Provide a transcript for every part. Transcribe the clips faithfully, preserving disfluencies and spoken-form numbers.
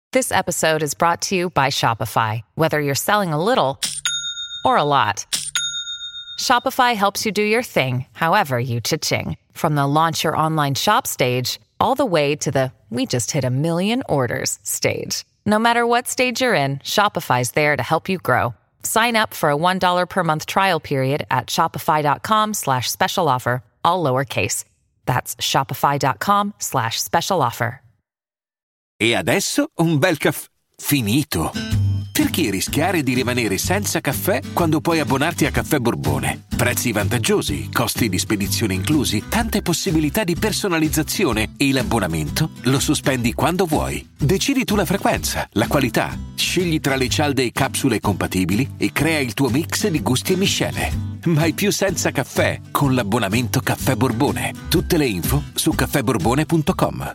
This episode is brought to you by Shopify. Whether you're selling a little or a lot, Shopify helps you do your thing, however you cha-ching. From the launch your online shop stage, all the way to the we just hit a million orders stage. No matter what stage you're in, Shopify's there to help you grow. Sign up for a one dollar per month trial period at shopify.com slash special offer, all lowercase. That's shopify.com slash special offer. E adesso un bel caffè finito. Perché rischiare di rimanere senza caffè quando puoi abbonarti a Caffè Borbone? Prezzi vantaggiosi, costi di spedizione inclusi, tante possibilità di personalizzazione e l'abbonamento lo sospendi quando vuoi. Decidi tu la frequenza, la qualità, scegli tra le cialde e capsule compatibili e crea il tuo mix di gusti e miscele. Mai più senza caffè con l'abbonamento Caffè Borbone. Tutte le info su caffè borbone punto com.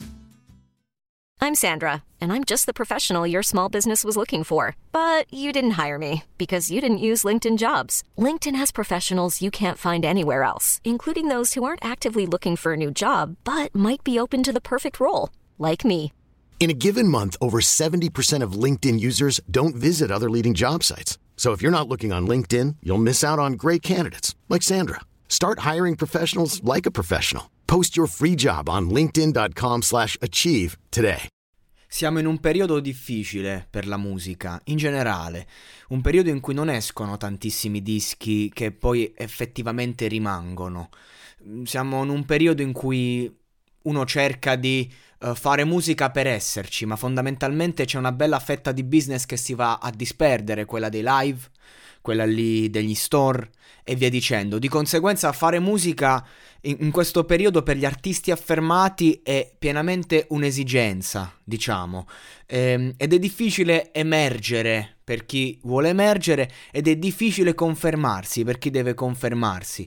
I'm Sandra, and I'm just the professional your small business was looking for. But you didn't hire me because you didn't use LinkedIn Jobs. LinkedIn has professionals you can't find anywhere else, including those who aren't actively looking for a new job, but might be open to the perfect role, like me. In a given month, over seventy percent of LinkedIn users don't visit other leading job sites. So if you're not looking on LinkedIn, you'll miss out on great candidates like Sandra. Start hiring professionals like a professional. Post your free job on linkedin.com slash achieve today. Siamo in un periodo difficile per la musica, in generale, un periodo in cui non escono tantissimi dischi che poi effettivamente rimangono. Siamo in un periodo in cui uno cerca di uh, fare musica per esserci, ma fondamentalmente c'è una bella fetta di business che si va a disperdere, quella dei live, quella lì degli store e via dicendo. Di conseguenza fare musica in, in questo periodo per gli artisti affermati è pienamente un'esigenza, diciamo, ehm, ed è difficile emergere per chi vuole emergere ed è difficile confermarsi per chi deve confermarsi.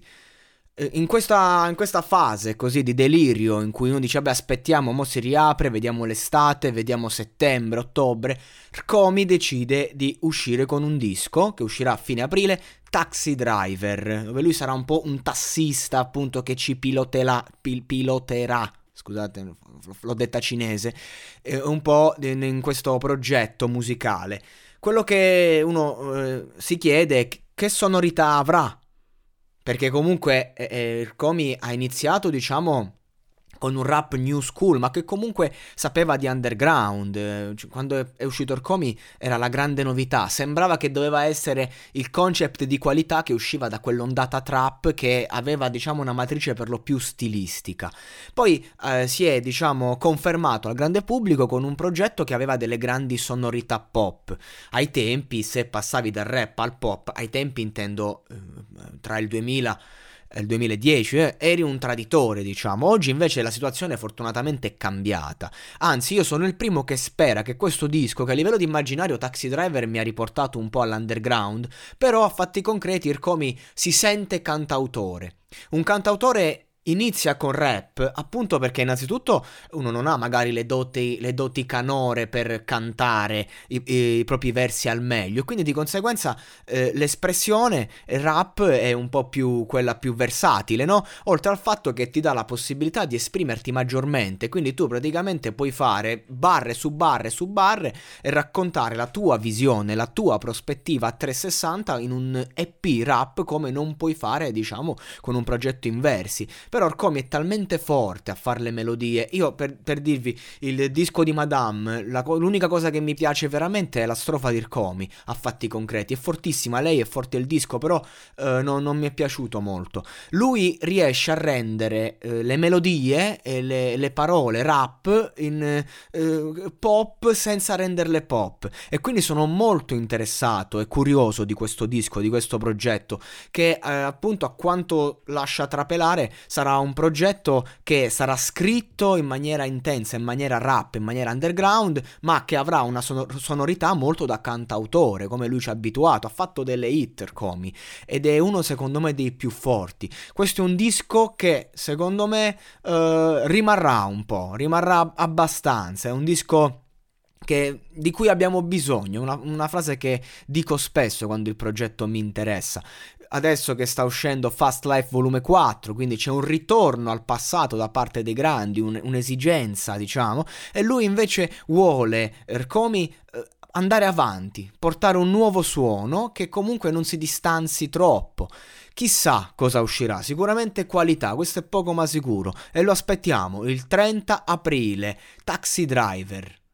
In questa, in questa fase così di delirio in cui uno dice vabbè aspettiamo, mo si riapre, vediamo l'estate, vediamo settembre, ottobre, Rkomi decide di uscire con un disco che uscirà a fine aprile, Taxi Driver, dove lui sarà un po' un tassista appunto che ci piloterà, pil- piloterà scusate l'ho detta cinese, eh, un po' in questo progetto musicale. Quello che uno eh, si chiede è che sonorità avrà. Perché comunque eh, Rkomi ha iniziato, diciamo, con un rap new school, ma che comunque sapeva di underground. Eh, quando è, è uscito Rkomi era la grande novità. Sembrava che doveva essere il concept di qualità che usciva da quell'ondata trap che aveva, diciamo, una matrice per lo più stilistica. Poi eh, si è, diciamo, confermato al grande pubblico con un progetto che aveva delle grandi sonorità pop. Ai tempi, se passavi dal rap al pop, ai tempi intendo eh, tra il duemila e il duemiladieci, eh, eri un traditore, diciamo. Oggi invece la situazione fortunatamente è cambiata. Anzi, io sono il primo che spera che questo disco, che a livello di immaginario Taxi Driver mi ha riportato un po' all'underground, però a fatti concreti Rkomi si sente cantautore. Un cantautore inizia con rap, appunto perché innanzitutto uno non ha magari le doti, le doti canore per cantare i, i propri versi al meglio, quindi di conseguenza eh, l'espressione rap è un po' più quella più versatile, no? Oltre al fatto che ti dà la possibilità di esprimerti maggiormente, quindi tu praticamente puoi fare barre su barre su barre e raccontare la tua visione, la tua prospettiva a trecentosessanta in un E P rap come non puoi fare, diciamo, con un progetto in versi. Però Rkomi è talmente forte a fare le melodie. Io per, per dirvi, il disco di Madame, la, l'unica cosa che mi piace veramente è la strofa di Rkomi a fatti concreti. È fortissima, lei è forte il disco, però eh, no, non mi è piaciuto molto. Lui riesce a rendere eh, le melodie e le, le parole rap in eh, pop senza renderle pop, e quindi sono molto interessato e curioso di questo disco, di questo progetto, che eh, appunto, a quanto lascia trapelare, sarà un progetto che sarà scritto in maniera intensa, in maniera rap, in maniera underground, ma che avrà una sonor- sonorità molto da cantautore, come lui ci ha abituato. Ha fatto delle hit Rkomi ed è uno, secondo me, dei più forti. Questo è un disco che secondo me eh, rimarrà un po', rimarrà abbastanza. È un disco che, di cui abbiamo bisogno, una, una frase che dico spesso quando il progetto mi interessa. Adesso che sta uscendo Fast Life volume quattro, quindi c'è un ritorno al passato da parte dei grandi, un, un'esigenza, diciamo, e lui invece vuole, Ercomi, eh, andare avanti, portare un nuovo suono che comunque non si distanzi troppo. Chissà cosa uscirà, sicuramente qualità, questo è poco ma sicuro, e lo aspettiamo il trenta aprile. Taxi Driver.